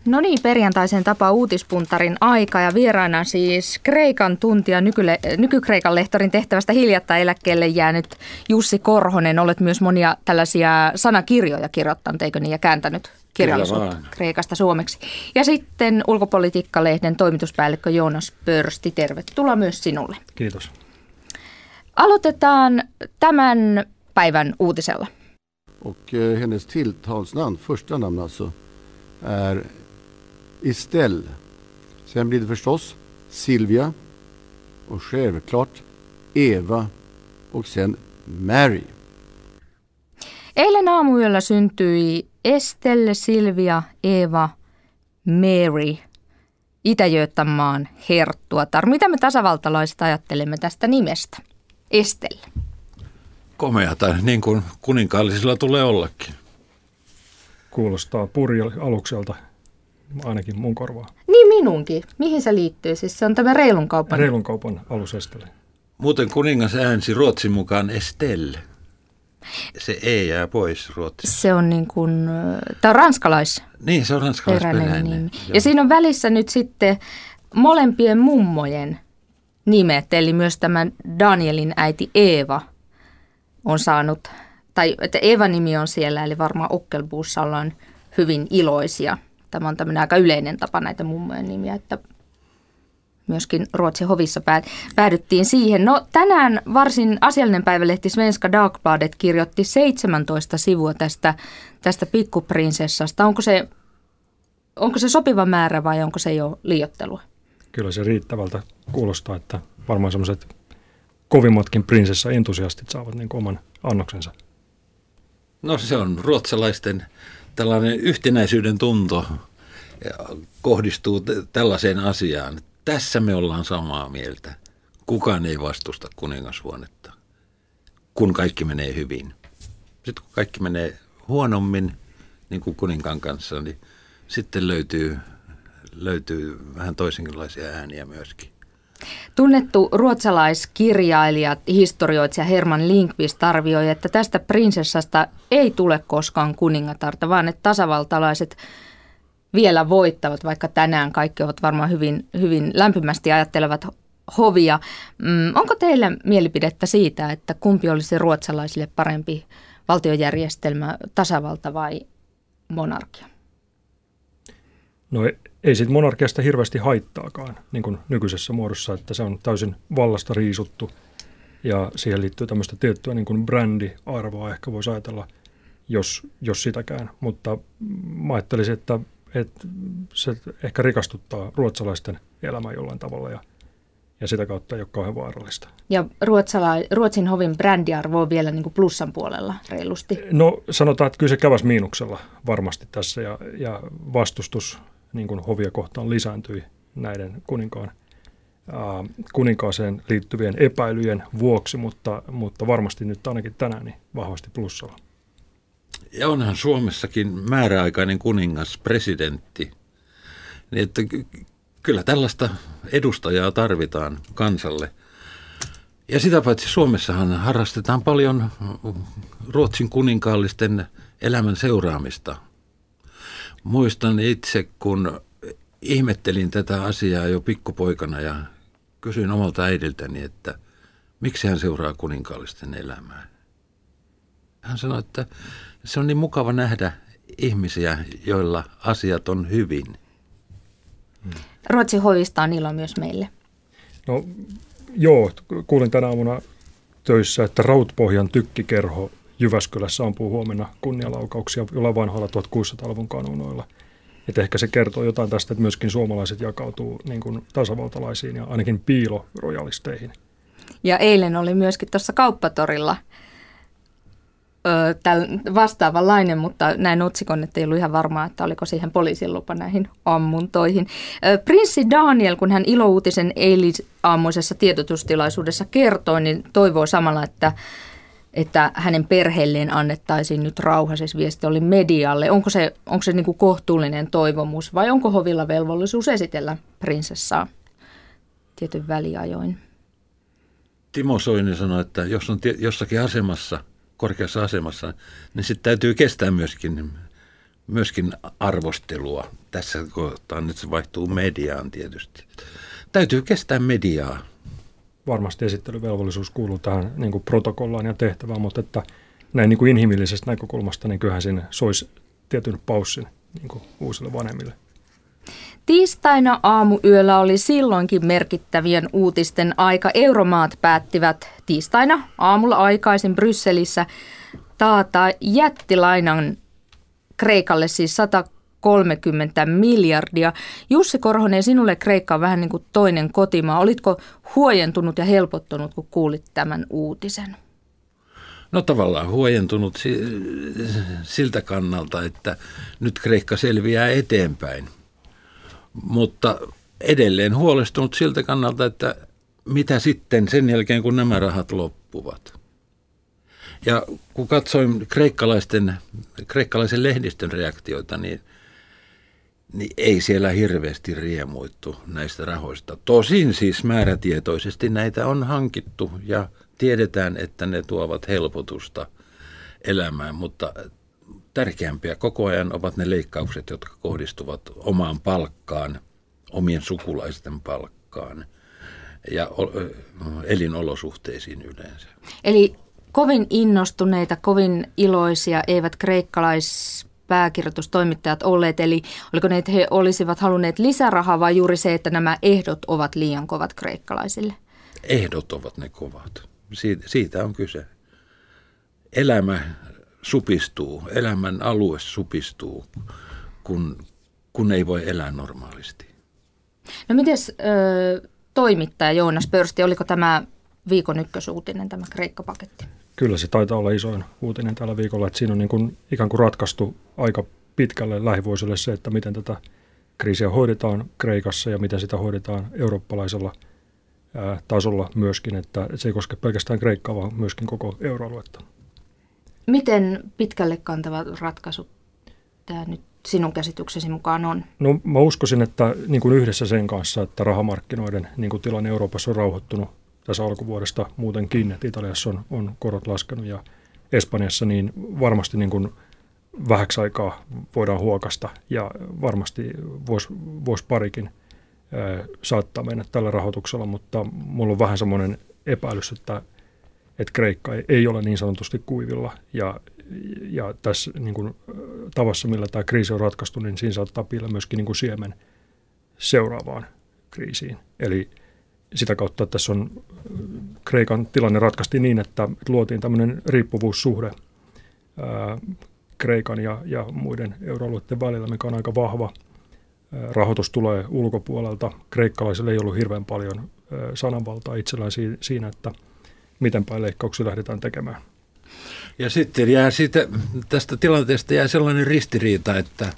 No niin, perjantaisen tapa uutispuntarin aika ja vieraana siis Kreikan tuntija nykykreikan lehtorin tehtävästä hiljattain eläkkeelle jäänyt Jussi Korhonen. Olet myös monia tällaisia sanakirjoja kirjoittanut, eikö niin, ja kääntänyt kirjallisuutta Kreikasta suomeksi. Ja sitten Ulkopolitiikka-lehden toimituspäällikkö Joonas Pörsti, tervetuloa myös sinulle. Kiitos. Aloitetaan tämän päivän uutisella. Och hennes tilltalsnamn, första namn alltså, är Estelle. Sen blir det förstås Silvia och självklart Eva och sen Mary. Eilen aamuyöllä syntyi Estelle, Silvia, Eva, Mary, Itä-Götamaan herttuatar. Mitä me tasavaltalaiset ajattelemme tästä nimestä? Estelle. Komeata, niin kuin kuninkaallisilla tulee ollakin. Kuulostaa purjealukselta, ainakin mun korvaa. Niin minunkin. Mihin se liittyy? Siis se on tämä reilun kaupan. Reilun kaupan alus Estelle. Muuten kuningas äänsi Ruotsin mukaan Estelle. Se ei jää pois Ruotsissa. Se on niin kuin, tämä on ranskalais. Niin, se on ranskalaisperäinen nimi. Ja siinä on välissä nyt sitten molempien mummojen nimet, eli myös tämän Danielin äiti Eeva on saanut, tai että Eeva-nimi on siellä, eli varmaan Ockelbussa ollaan hyvin iloisia. Tämä on tämmöinen aika yleinen tapa näitä mummojen nimiä, että myöskin Ruotsin hovissa päädyttiin siihen. No tänään varsin asiallinen päivälehti Svenska Dagbladet kirjoitti 17 sivua tästä pikkuprinsessasta. Onko se sopiva määrä vai onko se jo liioittelua? Kyllä se riittävältä kuulostaa, että varmaan sellaiset kovimmatkin prinsessa-entusiastit saavat niin oman annoksensa. No se on ruotsalaisten tällainen yhtenäisyyden tunto kohdistuu tällaiseen asiaan. Tässä me ollaan samaa mieltä. Kukaan ei vastusta kuningashuonetta, kun kaikki menee hyvin. Sitten kun kaikki menee huonommin, niin kuin kuninkaan kanssa, niin sitten löytyy vähän toisenlaisia ääniä myöskin. Tunnettu ruotsalaiskirjailija, historioitsija Herman Lindqvist arvioi, että tästä prinsessasta ei tule koskaan kuningatarta, vaan että tasavaltalaiset vielä voittavat, vaikka tänään kaikki ovat varmaan hyvin lämpimästi ajattelevat hovia. Onko teillä mielipidettä siitä, että kumpi olisi ruotsalaisille parempi valtiojärjestelmä, tasavalta vai monarkia? No ei siitä monarkiasta hirveästi haittaakaan, niin kuin nykyisessä muodossa, että se on täysin vallasta riisuttu ja siihen liittyy tämmöistä tiettyä niin kuin brändiarvoa, ehkä voisi ajatella, jos sitäkään, mutta mä ajattelisin, että se ehkä rikastuttaa ruotsalaisten elämää jollain tavalla ja sitä kautta ei ole kauhean vaarallista. Ja Ruotsin hovin brändiarvo on vielä niin kuin plussan puolella reilusti? No sanotaan, että kyllä se käväisi miinuksella varmasti tässä ja vastustus niin kuin hovia kohtaan lisääntyi näiden kuninkaaseen liittyvien epäilyjen vuoksi, mutta varmasti nyt ainakin tänään niin vahvasti plussalla. Ja onhan Suomessakin määräaikainen kuningas, presidentti, niin että kyllä tällaista edustajaa tarvitaan kansalle. Ja sitä paitsi Suomessahan harrastetaan paljon Ruotsin kuninkaallisten elämän seuraamista. Muistan itse, kun ihmettelin tätä asiaa jo pikkupoikana ja kysyin omalta äidiltäni, että miksi hän seuraa kuninkaallisten elämää. Hän sanoi, että se on niin mukava nähdä ihmisiä, joilla asiat on hyvin. Ruotsin hovista on ilo myös meille. No joo, kuulin tänä aamuna töissä, että Rautpohjan tykkikerho Jyväskylässä ampuu huomenna kunnialaukauksia jollain vanhalla 1600-luvun kanuunoilla. Että ehkä se kertoo jotain tästä, että myöskin suomalaiset jakautuu niin kuin tasavaltalaisiin ja ainakin piilorojalisteihin. Ja eilen oli myöskin tuossa kauppatorilla vastaavanlainen, mutta näin otsikon, että ei ollut ihan varmaa, että oliko siihen poliisin lupa näihin ammuntoihin. Prinssi Daniel, kun hän ilouutisen eilisaamuisessa tiedotustilaisuudessa kertoi, niin toivoo samalla, että hänen perheelleen annettaisiin nyt rauha, siis viesti oli medialle. Onko se niin kuin kohtuullinen toivomus vai onko hovilla velvollisuus esitellä prinsessaa tietyn väliajoin? Timo Soini sanoi, että jos on jossakin asemassa, korkeassa asemassa, niin sitten täytyy kestää myöskin myöskin arvostelua. Tässä kohtaa nyt se vaihtuu mediaan tietysti. Täytyy kestää mediaa. Varmasti esittelyvelvollisuus kuuluu tähän niin kuin protokollaan ja tehtävään, mutta että näin niin kuin inhimillisestä näkökulmasta, niin kyllähän siinä soisi tietyn paussin niin kuin uusille vanhemmille. Tiistaina aamuyöllä oli silloinkin merkittävien uutisten aika. Euromaat päättivät tiistaina aamulla aikaisin Brysselissä taata jättilainan Kreikalle, siis 130 miljardia. Jussi Korhonen, sinulle Kreikka on vähän niin kuin toinen kotimaa. Olitko huojentunut ja helpottunut, kun kuulit tämän uutisen? No tavallaan huojentunut siltä kannalta, että nyt Kreikka selviää eteenpäin. Mutta edelleen huolestunut siltä kannalta, että mitä sitten sen jälkeen, kun nämä rahat loppuvat. Ja kun katsoin kreikkalaisen lehdistön reaktioita, niin ei siellä hirveästi riemuittu näistä rahoista. Tosin siis määrätietoisesti näitä on hankittu ja tiedetään, että ne tuovat helpotusta elämään, mutta tärkeämpiä koko ajan ovat ne leikkaukset, jotka kohdistuvat omaan palkkaan, omien sukulaisten palkkaan ja elinolosuhteisiin yleensä. Eli kovin innostuneita, kovin iloisia eivät kreikkalaispääkirjoitustoimittajat olleet, eli oliko ne, että he olisivat halunneet lisärahaa vai juuri se, että nämä ehdot ovat liian kovat kreikkalaisille? Ehdot ovat ne kovat. Siitä on kyse. Elämä supistuu, elämän alue supistuu, kun ei voi elää normaalisti. No mites toimittaja Joonas Pörsti, oliko tämä viikon ykkösuutinen, tämä Kreikka-paketti? Kyllä se taitaa olla isoin uutinen tällä viikolla, että siinä on niin kuin ikään kuin ratkaistu aika pitkälle lähivuosille se, että miten tätä kriisiä hoidetaan Kreikassa ja miten sitä hoidetaan eurooppalaisella tasolla myöskin, että se ei koske pelkästään Kreikkaa, vaan myöskin koko euroaluetta. Miten pitkälle kantava ratkaisu tämä nyt sinun käsityksesi mukaan on? No mä uskoisin, että niin kuin yhdessä sen kanssa, että rahamarkkinoiden niin kuin tilanne Euroopassa on rauhoittunut tässä alkuvuodesta muutenkin, että Italiassa on korot laskenut ja Espanjassa niin varmasti niin kuin vähäksi aikaa voidaan huokasta ja varmasti vuosi parikin saattaa mennä tällä rahoituksella, mutta mulla on vähän semmoinen epäilys, että Kreikka ei ole niin sanotusti kuivilla ja tässä niin kuin tavassa, millä tämä kriisi on ratkaistu, niin siinä saattaa piillä myöskin niin kuin siemen seuraavaan kriisiin. Eli sitä kautta, että tässä on Kreikan tilanne ratkaistiin niin, että luotiin tämmöinen riippuvuussuhde Kreikan ja muiden euroalueiden välillä, mikä on aika vahva. Rahoitus tulee ulkopuolelta. Kreikkalaisille ei ollut hirveän paljon sananvaltaa itsellään siinä, että miten päin leikkauksia lähdetään tekemään. Ja sitten tästä tilanteesta jää sellainen ristiriita, että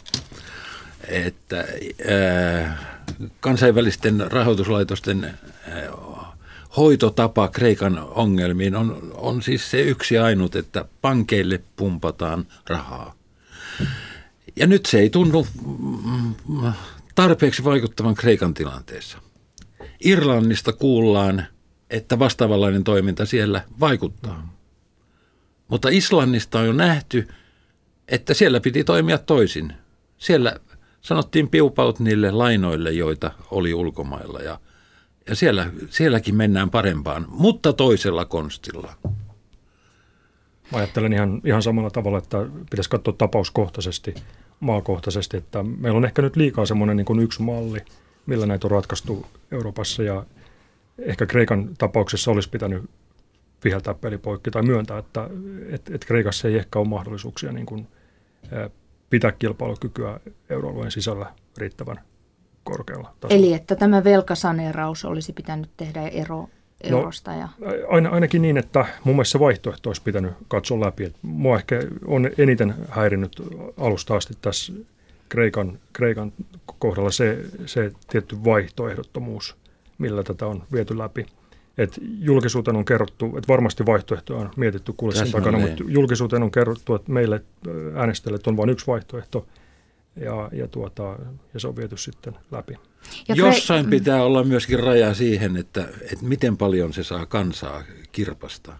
kansainvälisten rahoituslaitosten hoitotapa Kreikan ongelmiin on siis se yksi ainut, että pankeille pumpataan rahaa. Ja nyt se ei tunnu tarpeeksi vaikuttavan Kreikan tilanteessa. Irlannista kuullaan, että vastaavanlainen toiminta siellä vaikuttaa. Mutta Islannista on jo nähty, että siellä piti toimia toisin. Siellä sanottiin piupaut niille lainoille, joita oli ulkomailla ja sielläkin mennään parempaan, mutta toisella konstilla. Mä ajattelen ihan samalla tavalla, että pitäisi katsoa tapauskohtaisesti, maakohtaisesti, että meillä on ehkä nyt liikaa semmoinen niin kuin yksi malli, millä näitä on ratkaistu Euroopassa ja ehkä Kreikan tapauksessa olisi pitänyt viheltää pelipoikki tai myöntää, että Kreikassa ei ehkä ole mahdollisuuksia niin kuin pitää kilpailukykyä euroalueen sisällä riittävän korkealla tasolla. Eli että tämä velkasaneeraus olisi pitänyt tehdä eurosta? Ainakin niin, että mun mielestä se vaihtoehto olisi pitänyt katsoa läpi. Mua ehkä on eniten häirinnyt alusta asti tässä Kreikan kohdalla se tietty vaihtoehdottomuus, millä tätä on viety läpi. Et julkisuuteen on kerrottu, että varmasti vaihtoehtoja on mietitty kulissin takana, mutta julkisuuteen on kerrottu, että meille äänestäjille on vain yksi vaihtoehto ja se on viety sitten läpi. Jossain pitää olla myöskin raja siihen, että miten paljon se saa kansaa kirpasta.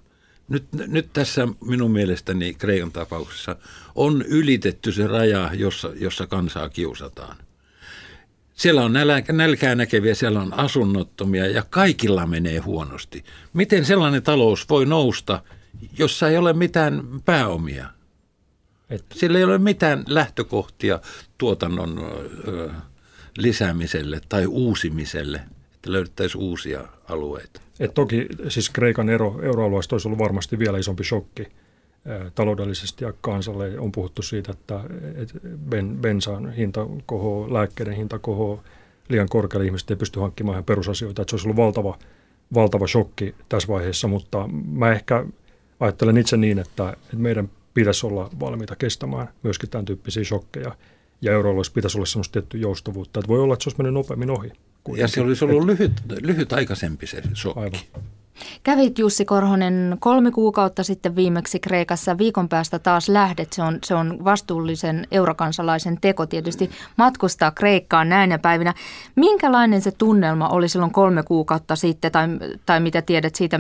Nyt tässä minun mielestäni Kreikan tapauksessa on ylitetty se raja, jossa kansaa kiusataan. Siellä on nälkää näkeviä, siellä on asunnottomia ja kaikilla menee huonosti. Miten sellainen talous voi nousta, jossa ei ole mitään pääomia? Sillä ei ole mitään lähtökohtia tuotannon lisäämiselle tai uusimiselle, että löydettäisiin uusia alueita. Toki siis Kreikan euroalueesta olisi ollut varmasti vielä isompi shokki taloudellisesti ja kansalle. On puhuttu siitä, että bensan hinta kohoo, lääkkeiden hinta kohoo liian korkealle, ihmiset ei pysty hankkimaan ihan perusasioita. Että se olisi ollut valtava shokki tässä vaiheessa, mutta mä ehkä ajattelen itse niin, että meidän pitäisi olla valmiita kestämään myöskin tämän tyyppisiä shokkeja. Ja euroalueessa pitäisi olla sellaista tiettyä joustavuutta, että voi olla, että se olisi mennyt nopeammin ohi. Ja se olisi ollut lyhytaikaisempi se shokki. Aivan. Kävit Jussi Korhonen 3 kuukautta sitten viimeksi Kreikassa. Viikon päästä taas lähdet. Se on vastuullisen eurokansalaisen teko tietysti matkustaa Kreikkaan näinä päivinä. Minkälainen se tunnelma oli silloin 3 kuukautta sitten tai mitä tiedät siitä,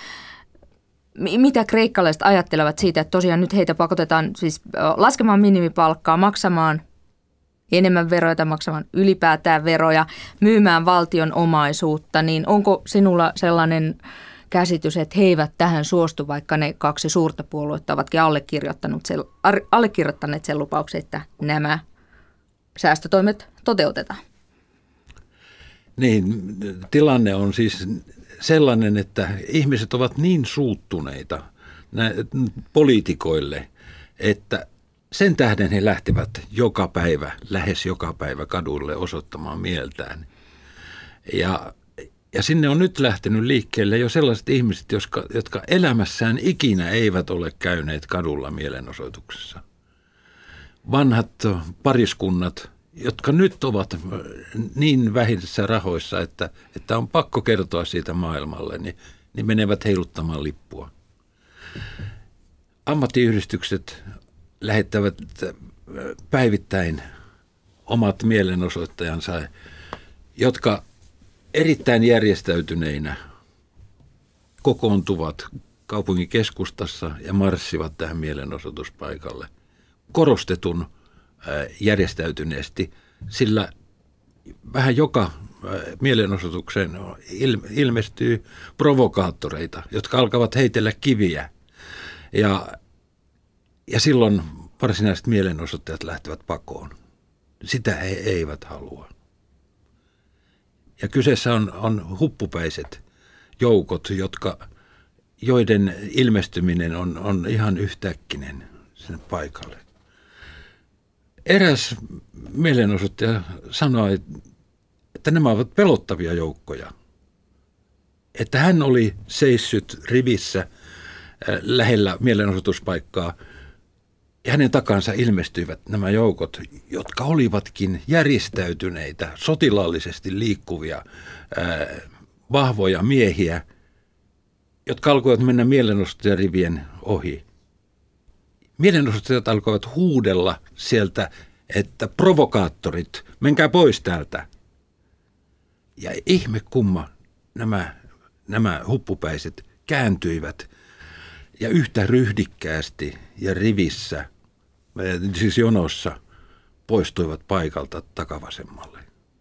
mitä kreikkalaiset ajattelevat siitä, että tosiaan nyt heitä pakotetaan siis laskemaan minimipalkkaa, maksamaan enemmän veroja tai maksamaan ylipäätään veroja, myymään valtion omaisuutta, niin onko sinulla sellainen käsitys, että he eivät tähän suostu, vaikka ne 2 suurta puoluetta ovatkin allekirjoittaneet sen lupauksen, että nämä säästötoimet toteutetaan? Niin, tilanne on siis sellainen, että ihmiset ovat niin suuttuneita poliitikoille, että sen tähden he lähtevät lähes joka päivä kaduille osoittamaan mieltään. Ja sinne on nyt lähtenyt liikkeelle jo sellaiset ihmiset, jotka elämässään ikinä eivät ole käyneet kadulla mielenosoituksessa. Vanhat pariskunnat, jotka nyt ovat niin vähissä rahoissa, että on pakko kertoa siitä maailmalle, niin menevät heiluttamaan lippua. Ammattiyhdistykset lähettävät päivittäin omat mielenosoittajansa, jotka erittäin järjestäytyneinä kokoontuvat kaupungin keskustassa ja marssivat tähän mielenosoituspaikalle korostetun järjestäytyneesti, sillä vähän joka mielenosoitukseen ilmestyy provokaattoreita, jotka alkavat heitellä kiviä ja silloin varsinaiset mielenosoittajat lähtevät pakoon. Sitä he eivät halua. Ja kyseessä on huppupäiset joukot, joiden ilmestyminen on ihan yhtäkkinen sen paikalle. Eräs mielenosoittaja sanoi, että nämä ovat pelottavia joukkoja. Että hän oli seissyt rivissä lähellä mielenosoituspaikkaa ja hänen takansa ilmestyivät nämä joukot, jotka olivatkin järjestäytyneitä, sotilaallisesti liikkuvia, vahvoja miehiä, jotka alkoivat mennä mielenosoittajarivien ohi. Mielenosoittajat alkoivat huudella sieltä, että provokaattorit, menkää pois täältä. Ja ihme kumma nämä huppupäiset kääntyivät ja yhtä ryhdikkäästi ja rivissä, siis jonossa, poistuivat paikalta takavasemmalle.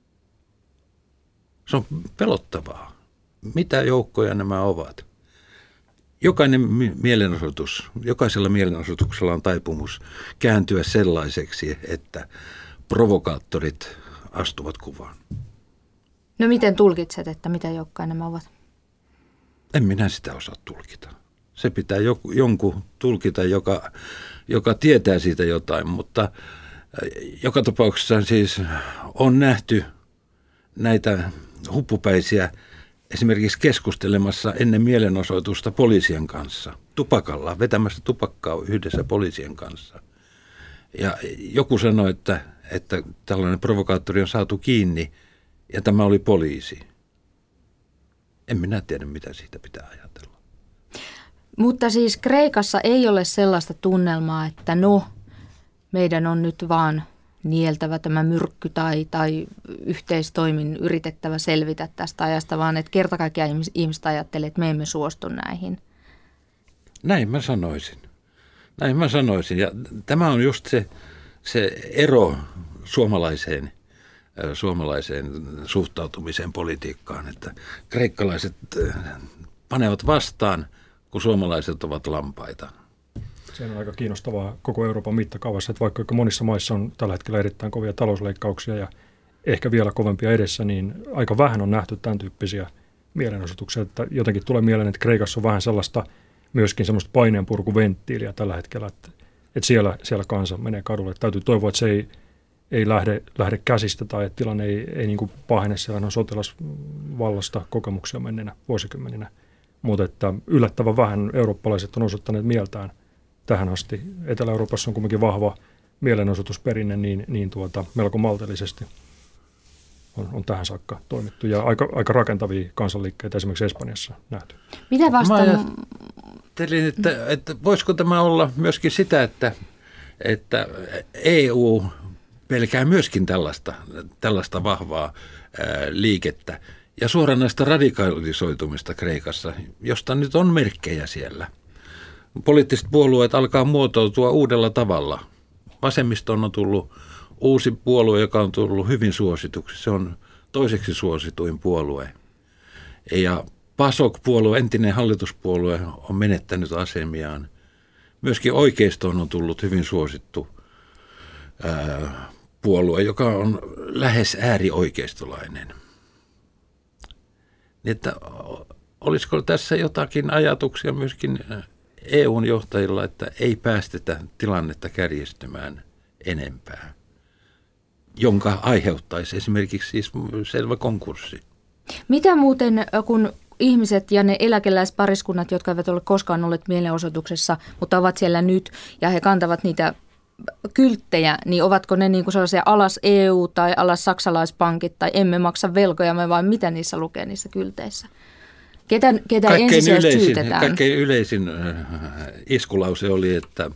Se on pelottavaa. Mitä joukkoja nämä ovat? Jokaisella mielenosoituksella on taipumus kääntyä sellaiseksi, että provokaattorit astuvat kuvaan. No miten tulkitset, että mitä joukkoja nämä ovat? En minä sitä osaa tulkita. Se pitää jonkun tulkita, joka tietää siitä jotain, mutta joka tapauksessa siis on nähty näitä huppupäisiä esimerkiksi keskustelemassa ennen mielenosoitusta poliisien kanssa, tupakalla, vetämässä tupakkaa yhdessä poliisien kanssa. Ja joku sanoi, että tällainen provokaattori on saatu kiinni ja tämä oli poliisi. En minä tiedä, mitä siitä pitää ajatella. Mutta siis Kreikassa ei ole sellaista tunnelmaa, että meidän on nyt vaan nieltävä tämä myrkky tai yhteistoimin yritettävä selvitä tästä ajasta, vaan että kerta kaikkiaan ihmiset ajattelee, että me emme suostu näihin. Näin mä sanoisin. Ja tämä on just se ero suomalaiseen suhtautumiseen politiikkaan, että kreikkalaiset panevat vastaan, kun suomalaiset ovat lampaita. Se on aika kiinnostavaa koko Euroopan mittakaavassa, että vaikka monissa maissa on tällä hetkellä erittäin kovia talousleikkauksia ja ehkä vielä kovempia edessä, niin aika vähän on nähty tämän tyyppisiä mielenosoituksia. Että jotenkin tulee mieleen, että Kreikassa on vähän myöskin semmoista paineenpurkuventtiiliä tällä hetkellä, että siellä kansa menee kadulle. Täytyy toivoa, että se ei lähde käsistä tai että tilanne ei niin kuin pahene. Siellä on sotilasvallasta kokemuksia menneenä vuosikymmeninä. Mutta että yllättävän vähän eurooppalaiset on osoittaneet mieltään tähän asti. Etelä-Euroopassa on kuitenkin vahva mielenosoitusperinne, niin melko maltillisesti on tähän saakka toimittu. Ja aika rakentavia kansanliikkeitä esimerkiksi Espanjassa nähty. Mitä vastaan? Mä ajattelin, että voisiko tämä olla myöskin sitä, että EU pelkää myöskin tällaista vahvaa liikettä ja suoranaista radikalisoitumista Kreikassa, josta nyt on merkkejä siellä. Poliittiset puolueet alkaa muotoutua uudella tavalla. Vasemmistoon on tullut uusi puolue, joka on tullut hyvin suosituksi. Se on toiseksi suosituin puolue. Ja PASOK-puolue, entinen hallituspuolue, on menettänyt asemiaan. Myöskin oikeistoon on tullut hyvin suosittu puolue, joka on lähes äärioikeistolainen. Että olisiko tässä jotakin ajatuksia myöskin EUn johtajilla, että ei päästetä tilannetta kärjistymään enempää, jonka aiheuttaisi esimerkiksi siis selvä konkurssi? Mitä muuten, kun ihmiset ja ne eläkeläispariskunnat, jotka eivät ole koskaan olleet mielenosoituksessa, mutta ovat siellä nyt ja he kantavat niitä kylttejä, niin ovatko ne niin kuin sellaisia alas EU tai alas saksalaispankit tai emme maksa velkojamme, vai mitä niissä lukee niissä kylteissä? Ketä ensisijaisesti syytetään? Kaikkein yleisin iskulause oli, että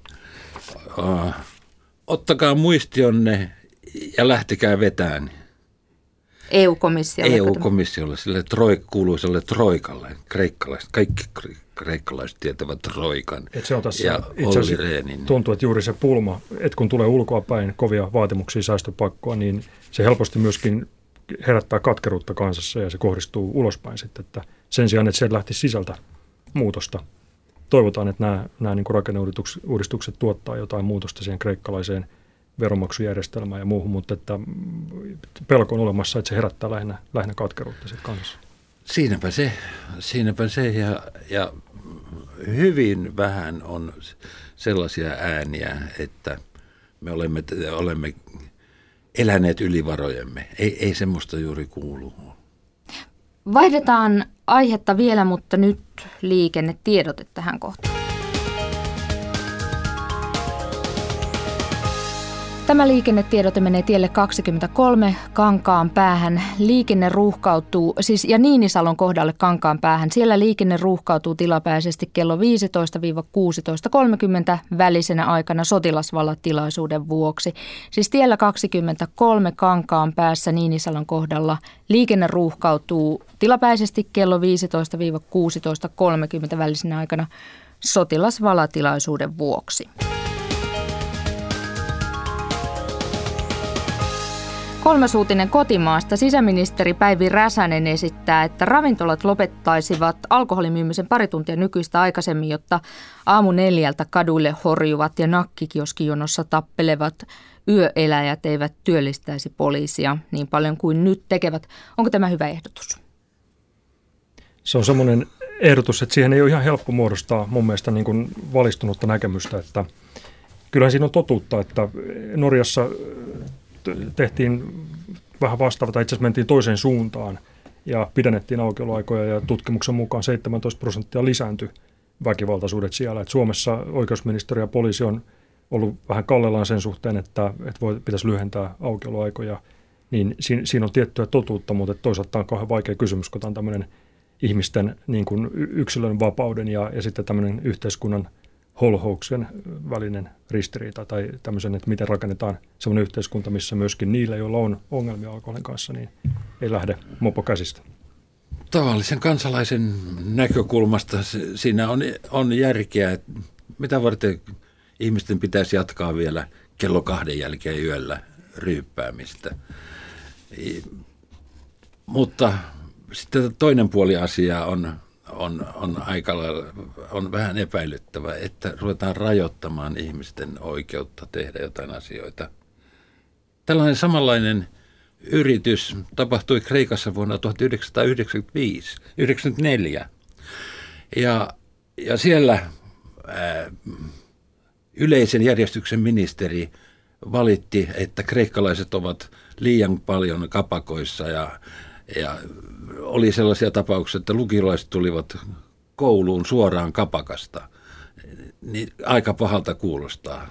ottakaa muistionne ja lähtekää vetään. EU-komissiolle, sille kuuluiselle troikalle, kaikki kreikkalaiset tietävät troikan. Se on tässä ja itse asiassa tuntuu, että juuri se pulma, että kun tulee ulkoapäin kovia vaatimuksia säästöpakkoa, niin se helposti myöskin herättää katkeruutta kansassa ja se kohdistuu ulospäin sitten, että sen sijaan, että sieltä lähtisi sisältä muutosta. Toivotaan, että nämä niin kuin rakenneuudistukset tuottaa jotain muutosta siihen kreikkalaiseen veronmaksujärjestelmään ja muuhun, mutta että pelko on olemassa, että se herättää lähinnä katkeruutta sitten kansassa. Siinäpä se ja hyvin vähän on sellaisia ääniä, että me olemme eläneet yli varojemme. Ei semmoista juuri kuulu. Vaihdetaan aihetta vielä, mutta nyt liikennetiedote tähän kohtaan. Tämä liikennetiedote menee tielle 23 Kankaanpäähän. Liikenne ruuhkautuu, ja Niinisalon kohdalle Kankaanpäähän. Siellä liikenne ruuhkautuu tilapäisesti kello 15-16.30 välisenä aikana sotilasvallatilaisuuden vuoksi. Siis tiellä 23 Kankaanpäässä Niinisalon kohdalla liikenne ruuhkautuu tilapäisesti kello 15-16.30 välisenä aikana sotilasvallatilaisuuden vuoksi. Kolmas uutinen kotimaasta. Sisäministeri Päivi Räsänen esittää, että ravintolat lopettaisivat alkoholimyymisen pari tuntia nykyistä aikaisemmin, jotta aamu 4 kaduille horjuvat ja nakkikioskijonossa tappelevat yöeläjät eivät työllistäisi poliisia niin paljon kuin nyt tekevät. Onko tämä hyvä ehdotus? Se on semmoinen ehdotus, että siihen ei ole ihan helppo muodostaa mun mielestä niin kuin valistunutta näkemystä, että kyllähän siinä on totuutta, että Norjassa tehtiin vähän vastaava, tai itse asiassa mentiin toiseen suuntaan ja pidennettiin aukioloaikoja ja tutkimuksen mukaan 17% lisääntyi väkivaltaisuudet siellä. Et Suomessa oikeusministeriö ja poliisi on ollut vähän kallellaan sen suhteen, että pitäisi lyhentää aukioloaikoja, niin siinä on tiettyä totuutta, mutta toisaalta tämä on kauhean vaikea kysymys, kun tämä on tämmöinen ihmisten niin kuin yksilön vapauden ja sitten tämmöinen yhteiskunnan holhouksen välinen ristiriita tai tämmöisen, että miten rakennetaan semmoinen yhteiskunta, missä myöskin niillä, joilla on ongelmia alkoholin kanssa, niin ei lähde mopo käsistä. tavallisen kansalaisen näkökulmasta siinä on järkeä, että mitä varten ihmisten pitäisi jatkaa vielä kello 2 jälkeen yöllä ryyppäämistä. Mutta sitten toinen puoli asiaa on vähän epäilyttävä, että ruvetaan rajoittamaan ihmisten oikeutta tehdä jotain asioita. Tällainen samanlainen yritys tapahtui Kreikassa vuonna 1994. Ja siellä yleisen järjestyksen ministeri valitti, että kreikkalaiset ovat liian paljon kapakoissa ja oli sellaisia tapauksia, että lukiolaiset tulivat kouluun suoraan kapakasta. Niin aika pahalta kuulostaa.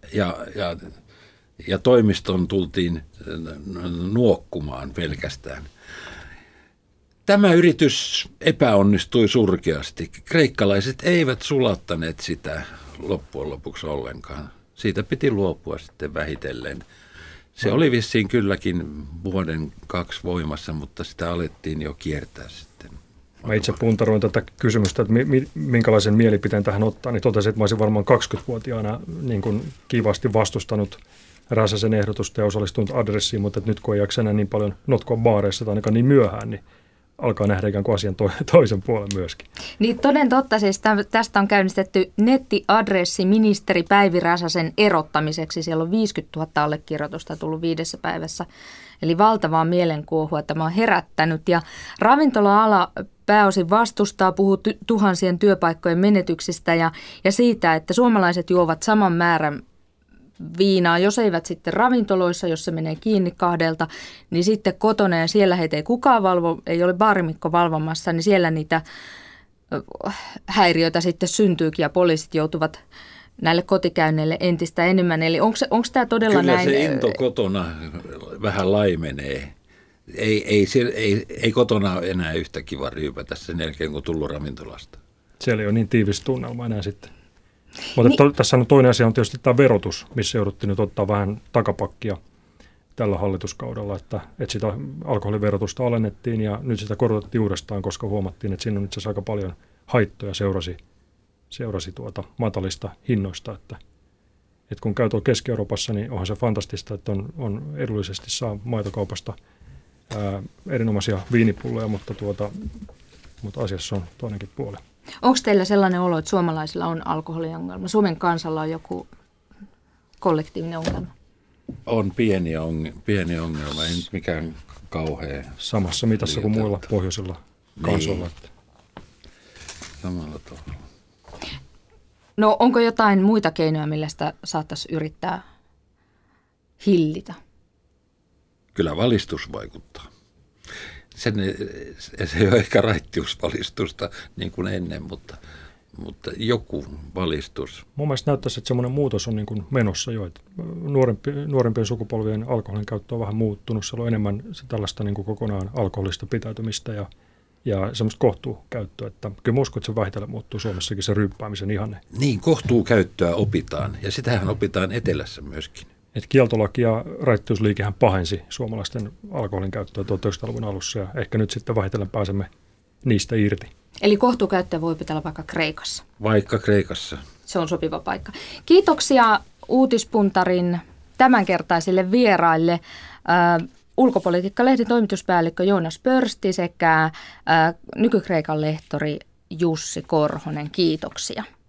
Ja toimistoon tultiin nuokkumaan pelkästään. Tämä yritys epäonnistui surkeasti. Kreikkalaiset eivät sulattaneet sitä loppujen lopuksi ollenkaan. Siitä piti luopua sitten vähitellen. Se oli vissiin kylläkin 1-2 voimassa, mutta sitä alettiin jo kiertää sitten. Mä itse puntaroin tätä kysymystä, että minkälaisen mielipiteen tähän ottaa, niin totesin, että mä olisin varmaan 20-vuotiaana niin kuin kivasti vastustanut Räsäsen ehdotusta ja osallistunut adressiin, mutta nyt kun ei jaksa enää niin paljon notkoa baareissa tai ainakaan niin myöhään, niin alkaa nähdä ikään kuin asian toisen puolen myöskin. Niin toden totta, siis tästä on käynnistetty nettiadressi ministeri Päivi Räsäsen erottamiseksi. Siellä on 50 000 allekirjoitusta tullut 5 päivässä. Eli valtavaa mielenkuohua tämä on herättänyt. Ja ravintola-ala pääosin vastustaa, puhuu tuhansien työpaikkojen menetyksistä ja siitä, että suomalaiset juovat saman määrän viinaa, jos eivät sitten ravintoloissa, jos se menee kiinni 2, niin sitten kotona ja siellä heitä ei kukaan valvo, ei ole baarimikko valvomassa, niin siellä niitä häiriöitä sitten syntyykin ja poliisit joutuvat näille kotikäynneille entistä enemmän. Eli onko tämä todella kyllä näin? Kyllä se into kotona vähän laimenee. Ei kotona enää yhtä kiva ryypätä sen jälkeen, kun tullut ravintolasta. Siellä ei ole niin tiivis tunnelma enää sitten. Mutta tässä on toinen asia on tietysti tämä verotus, missä jouduttiin nyt ottaa vähän takapakkia tällä hallituskaudella, että sitä alkoholiverotusta alennettiin ja nyt sitä korotettiin uudestaan, koska huomattiin, että siinä on itse asiassa aika paljon haittoja seurasi matalista hinnoista, että kun käy tuolla Keski-Euroopassa, niin onhan se fantastista, että on edullisesti saa maitokaupasta erinomaisia viinipulloja, mutta asiassa on toinenkin puoli. Onko teillä sellainen olo, että suomalaisilla on alkoholiongelma? Suomen kansalla on joku kollektiivinen ongelma? On pieni ongelma, ei nyt mikään kauhea. Samassa mitassa kuin muilla pohjoisilla kansoilla. Niin. Samalla tavalla. No onko jotain muita keinoja, millä sitä saattaisi yrittää hillitä? Kyllä valistus vaikuttaa. Se ei ole ehkä raittiusvalistusta niin kuin ennen, mutta joku valistus. Mun mielestä näyttäisi, että semmoinen muutos on niin kuin menossa jo. Että nuorempien sukupolvien alkoholin käyttö on vähän muuttunut. Siellä on enemmän tällaista niin kuin kokonaan alkoholista pitäytymistä ja semmoista kohtuukäyttöä. Että kyllä mä uskon, että se vähitellen muuttuu Suomessakin se ryyppäämisen ihanne. Niin, kohtuukäyttöä opitaan ja sitähän opitaan etelässä myöskin. Että kieltolaki ja raittiusliikehän pahensi suomalaisten alkoholin käyttöä 1900-luvun alussa ja ehkä nyt sitten vähitellen pääsemme niistä irti. Eli kohtuukäyttöä voi pitää vaikka Kreikassa. Vaikka Kreikassa. Se on sopiva paikka. Kiitoksia Uutispuntarin tämänkertaisille vieraille. Ulkopolitiikka-lehden toimituspäällikkö Joonas Pörsti sekä Nykykreikan lehtori Jussi Korhonen. Kiitoksia.